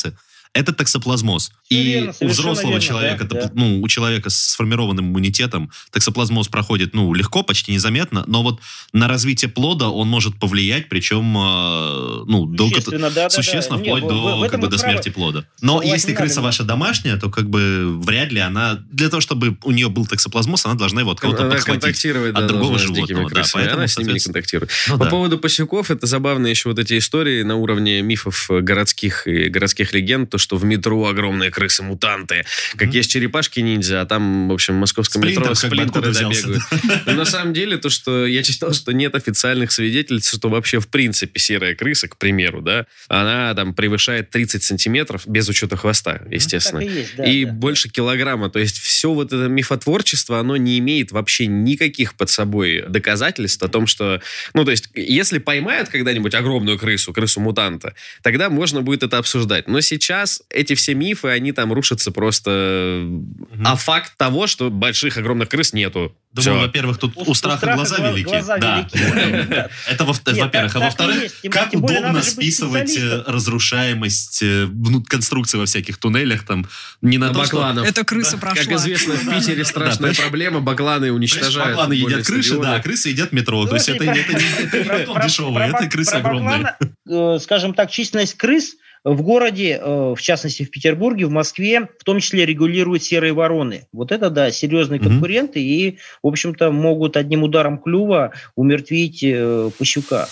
это токсоплазмоз. Всё И верно, у совершенно взрослого верно, человека, да. у человека с сформированным иммунитетом токсоплазмоз проходит, легко, почти незаметно, но вот на развитие плода он может повлиять, причем, существенно, вплоть до смерти плода. Но если крыса ваша домашняя, то вряд ли она, для того, чтобы у нее был токсоплазмоз, она должна его от кого-то подхватить. От другого с дикими животного. крысами, Поэтому, она с ними не контактирует. Ну, По да. поводу пасеков, это забавно еще вот эти истории на уровне мифов городских и городских легенд, то, что в метро огромные крысы-мутанты, как есть черепашки-ниндзя, а там, в общем, в московском метро сплинтеры добегают. Но на самом деле, то, что я читал, что нет официальных свидетельств, что вообще в принципе серая крыса, к примеру, да, она там превышает 30 сантиметров, без учета хвоста, естественно, Так и есть, да, и да. больше килограмма. То есть все вот это мифотворчество, оно не имеет вообще никаких под собой доказательств о том, что... то есть, если поймают когда-нибудь огромную крысу-мутанта, тогда можно будет это обсуждать. Но сейчас эти все мифы, они там рушатся просто... А факт того, что больших огромных крыс нету. Думаю, Всё. во-первых, тут у страха глаза велики. Глаза Да. велики. Это во-первых. А во-вторых, как тем более удобно надо же быть списывать специалистом. разрушаемость конструкции во всяких туннелях. Там, не на то, что... Бакланов. Эта крыса прошла. Как известно, в Питере страшная проблема. Бакланы уничтожают. Бакланы футбольные едят крыши, стадионы. да, крысы едят метро. То есть это не метро дешевое, это крысы огромные. Скажем так, численность крыс в городе, в частности в Петербурге, в Москве, в том числе регулируют серые вороны. Вот это, да, серьезные конкуренты и, в общем-то, могут одним ударом клюва умертвить пасюка.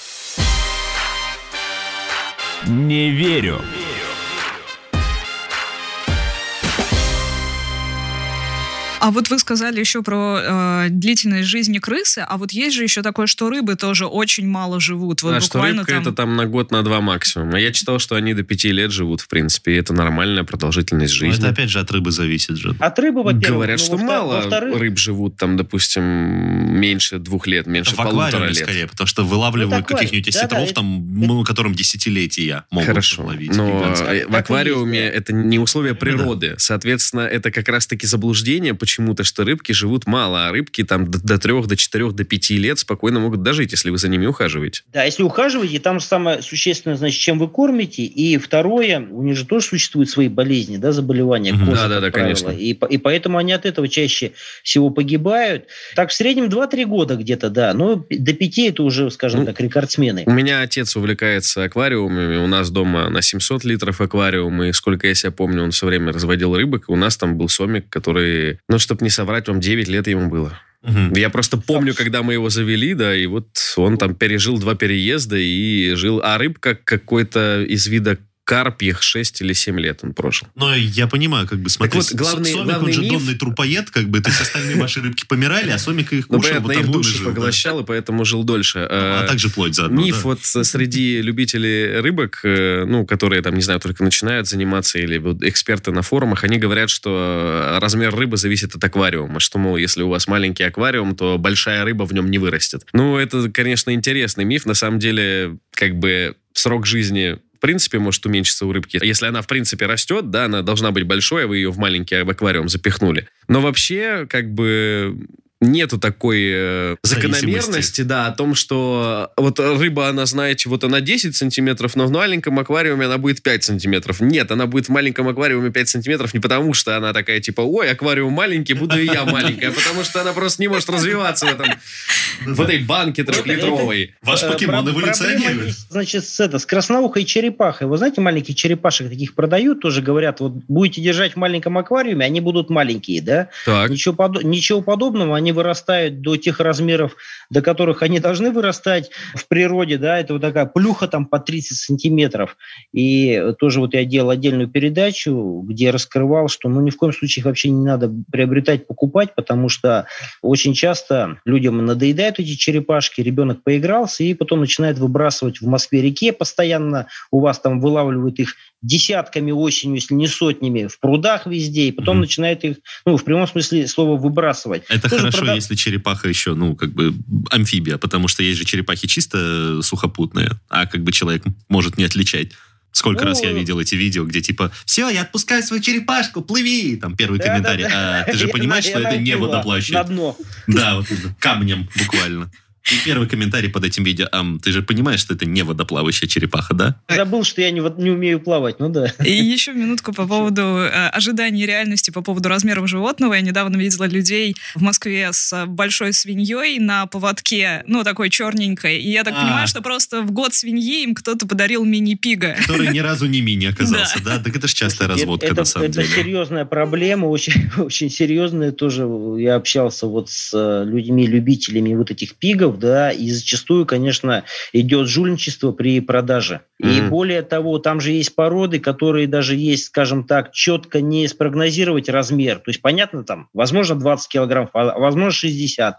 Не верю. А вот вы сказали еще про длительность жизни крысы, а вот есть же еще такое, что рыбы тоже очень мало живут. Вот Да, что буквально рыбка это там на год, на 2 максимум. А я читал, что они до 5 лет живут, в принципе, и это нормальная продолжительность Но жизни. это опять же от рыбы зависит же. От рыбы, во-первых. Говорят, что мало во-вторых, рыб живут там, допустим, меньше 2 лет, меньше В 1,5 аквариуме лет. скорее, потому что вылавливают аквариум. каких-нибудь Да-да, осетров, это- там, которым десятилетия могут Хорошо, ловить. но гигантские. в аквариуме Так и есть, это не условия природы. Соответственно, это как раз-таки заблуждение почему-то, что рыбки живут мало, а рыбки там до 3, до 4, до 5 лет спокойно могут дожить, если вы за ними ухаживаете. Да, если ухаживаете, там же самое существенное, значит, чем вы кормите. И второе, у них же тоже существуют свои болезни, да, заболевания Мгм. кожи, Да-да-да, как правило. конечно. И поэтому они от этого чаще всего погибают. Так, в среднем 2-3 года где-то, да. Но до 5 это уже, скажем Ну, так, рекордсмены. У меня отец увлекается аквариумами. У нас дома на 700 литров аквариум. И сколько я себя помню, он все время разводил рыбок. И у нас там был сомик, который... чтобы не соврать, вам 9 лет ему было. Мгм. Я просто помню, когда мы его завели, да, и вот он там пережил 2 переезда и жил... А рыбка какой-то из вида карпьих 6 или 7 лет он прожил. Но я понимаю, смотри, вот, главный сомик, он же миф- донный трупоед, то есть остальные ваши рыбки помирали, а сомик их Ну, кушал, понятно, вот их там он и души жил, да. поглощал, и поэтому жил дольше. А также плоть заодно, Миф да. вот среди любителей рыбок, которые там, не знаю, только начинают заниматься, или вот эксперты на форумах, они говорят, что размер рыбы зависит от аквариума, что, мол, если у вас маленький аквариум, то большая рыба в нем не вырастет. Это, конечно, интересный миф. На самом деле, срок жизни в принципе может уменьшиться у рыбки. Если она в принципе растет, да, она должна быть большой, а вы ее в маленький аквариум запихнули. Но вообще, нету такой закономерности, да, о том, что вот рыба, она, знаете, вот она 10 сантиметров, но в маленьком аквариуме она будет 5 сантиметров. Нет, она будет в маленьком аквариуме 5 сантиметров не потому, что она такая, типа, ой, аквариум маленький, буду и я маленькая, потому что она просто не может развиваться в этой банке 3-литровой. Ваш покемон Проблема эволюционирует. есть, значит, с красноухой черепахой. Вы знаете, маленьких черепашек таких продают, тоже говорят, вот будете держать в маленьком аквариуме, они будут маленькие, да? Так. Ничего подобного, они вырастают до тех размеров, до которых они должны вырастать в природе, да, это вот такая плюха там по 30 сантиметров. И тоже вот я делал отдельную передачу, где раскрывал, что ни в коем случае их вообще не надо приобретать, покупать, потому что очень часто людям надоедают эти черепашки, ребенок поигрался и потом начинает выбрасывать в Москве-реке постоянно, у вас там вылавливают их десятками осенью, если не сотнями, в прудах везде, и потом начинает их, в прямом смысле слова, выбрасывать. Это Тоже хорошо, если черепаха еще, амфибия, потому что есть же черепахи чисто сухопутные, а человек может не отличать. Сколько раз я видел эти видео, где типа «Все, я отпускаю свою черепашку, плыви!» Там первый комментарий. А ты же понимаешь, что это не водоплавающий. На дно. Да, вот это, камнем буквально. И первый комментарий под этим видео. Ты же понимаешь, что это не водоплавающая черепаха, да? Забыл, что я не умею плавать, ну да. И еще минутку по поводу ожиданий реальности, по поводу размеров животного. Я недавно видела людей в Москве с большой свиньей на поводке, ну, такой черненькой. И я так понимаю, что просто в год свиньи им кто-то подарил мини-пига. Который ни разу не мини оказался, да? Так это же частая разводка, на самом деле. Это серьезная проблема, очень, очень серьезная. Тоже я общался вот с людьми, любителями вот этих пигов, да, и зачастую, конечно, идет жульничество при продаже. И более того, там же есть породы, которые даже есть, скажем так, четко не спрогнозировать размер. То есть, понятно, там, возможно, 20 килограмм, а возможно, 60.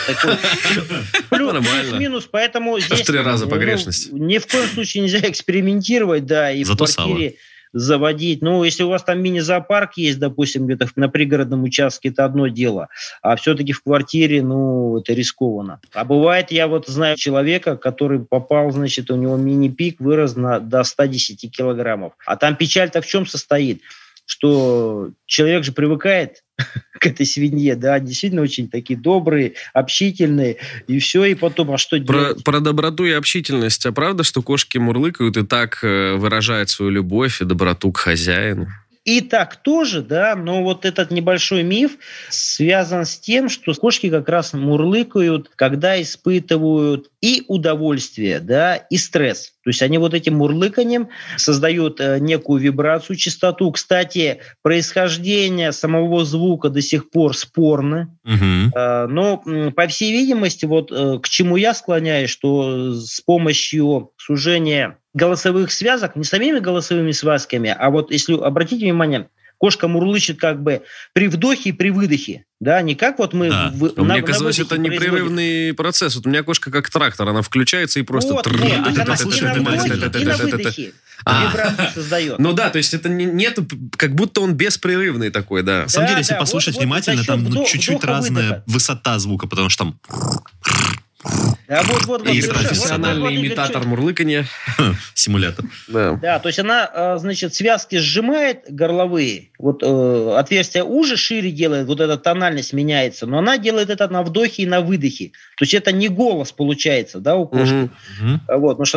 Плюс-минус, поэтому здесь... В 3 раза погрешность. Ни в коем случае нельзя экспериментировать, да, и в квартире заводить. Ну, если у вас там мини-зоопарк есть, допустим, где-то на пригородном участке, это одно дело. А все-таки в квартире, ну, это рискованно. А бывает, я вот знаю человека, который попал, значит, у него мини-пик вырос до 110 килограммов. А там печаль-то в чем состоит? Что человек же привыкает к этой свинье, да, действительно очень такие добрые, общительные, и все, и потом, а что делать? Про доброту и общительность. А правда, что кошки мурлыкают и так выражают свою любовь и доброту к хозяину? И так тоже, да, но вот этот небольшой миф связан с тем, что кошки как раз мурлыкают, когда испытывают и удовольствие, да, и стресс. То есть они вот этим мурлыканьем создают некую вибрацию, частоту. Кстати, происхождение самого звука до сих пор спорно. Но, по всей видимости, вот к чему я склоняюсь, что с помощью сужения голосовых связок, не самими голосовыми связками, а вот если обратите внимание, кошка мурлычет как бы при вдохе и при выдохе. Да, не как вот мы... Да. Мне казалось, это непрерывный процесс. Вот у меня кошка как трактор, она включается и просто... Вот, она и на вдохе, и на выдохе вибрацию создает. Ну да, то есть это нет, как будто он беспрерывный такой, да. На самом деле, если послушать внимательно, там чуть-чуть разная высота звука, потому что там... Да, вот, и профессиональный имитатор мурлыканья. Симулятор. Да, то есть она, значит, связки сжимает горловые, вот отверстие уже шире делает, вот эта тональность меняется, но она делает это на вдохе и на выдохе. То есть это не голос получается, да, у кошки. Вот, потому что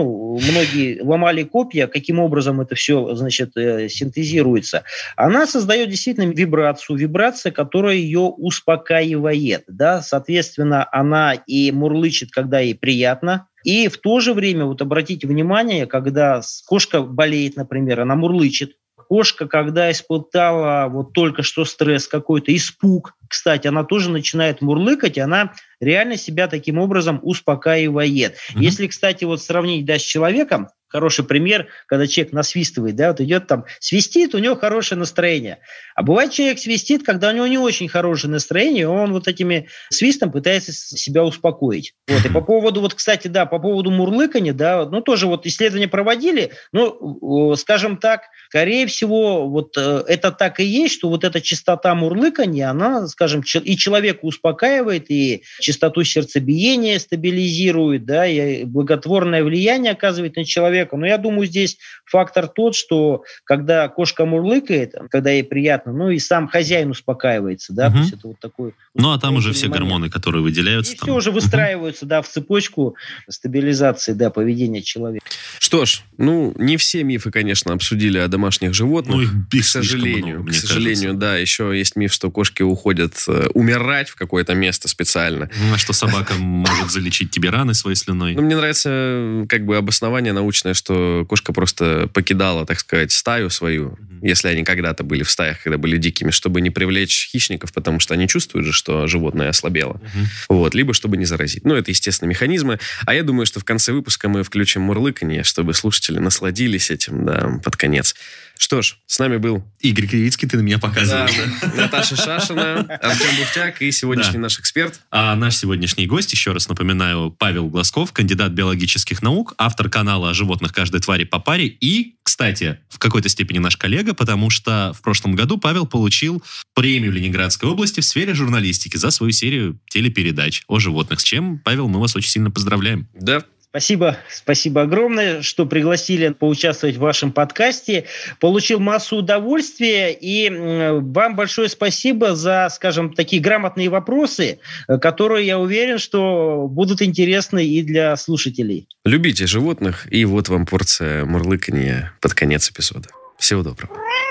многие ломали копья, каким образом это все, значит, синтезируется. Она создает действительно вибрацию, вибрация, которая ее успокаивает, да, соответственно, она и мурлычет, когда ей приятно. И в то же время, вот обратите внимание, когда кошка болеет, например, она мурлычет. Кошка, когда испытала вот только что стресс какой-то, испуг, кстати, она тоже начинает мурлыкать, и она реально себя таким образом успокаивает. Если, кстати, вот сравнить, да, с человеком, хороший пример, когда человек насвистывает, да, вот идет там, свистит, у него хорошее настроение. А бывает, человек свистит, когда у него не очень хорошее настроение, он вот этими свистом пытается себя успокоить. Вот. И по поводу, вот, кстати, да, по поводу мурлыкания, да, ну, тоже вот исследования проводили, ну, скажем так, скорее всего, вот это так и есть, что вот эта частота мурлыкания, она, скажем, и человека успокаивает, и частоту сердцебиения стабилизирует, да, и благотворное влияние оказывает на человека. Но я думаю, здесь фактор тот, что когда кошка мурлыкает, когда ей приятно, ну и сам хозяин успокаивается, да, то есть это вот такой... Ну, а там уже все гормоны, которые выделяются. И все уже выстраиваются, да, в цепочку стабилизации, да, поведения человека. Что ж, ну, не все мифы, конечно, обсудили о домашних животных. Ну, к сожалению, много, к сожалению, да, еще есть миф, что кошки уходят умирать в какое-то место специально. А что собака может залечить тебе раны своей слюной? Ну, мне нравится как бы обоснование научное, что кошка просто покидала, так сказать, стаю свою, если они когда-то были в стаях, когда были дикими, чтобы не привлечь хищников, потому что они чувствуют же, что животное ослабело. Вот, либо чтобы не заразить. Ну, это естественные механизмы. А я думаю, что в конце выпуска мы включим мурлыканье, чтобы слушатели насладились этим, да, под конец. Что ж, с нами был Игорь Кривицкий, ты на меня показываешь. Да, Наташа Шашина, Артем Буфтяк и сегодняшний наш эксперт. А наш сегодняшний гость, еще раз напоминаю, Павел Глазков, кандидат биологических наук, автор канала о животных каждой твари по паре и, кстати, в какой-то степени наш коллега, потому что в прошлом году Павел получил премию Ленинградской области в сфере журналистики за свою серию телепередач о животных. С чем, Павел, мы вас очень сильно поздравляем. Да. Спасибо огромное, что пригласили поучаствовать в вашем подкасте. Получил массу удовольствия, и вам большое спасибо за, скажем, такие грамотные вопросы, которые, я уверен, что будут интересны и для слушателей. Любите животных, и вот вам порция мурлыканья под конец эпизода. Всего доброго.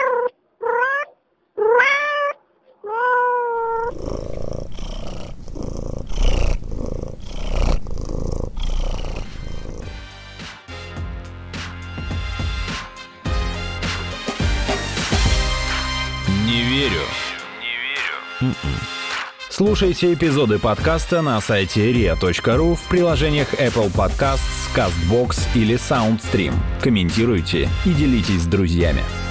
Не верю. Слушайте эпизоды подкаста на сайте ria.ru, в приложениях Apple Podcasts, CastBox или SoundStream. Комментируйте и делитесь с друзьями.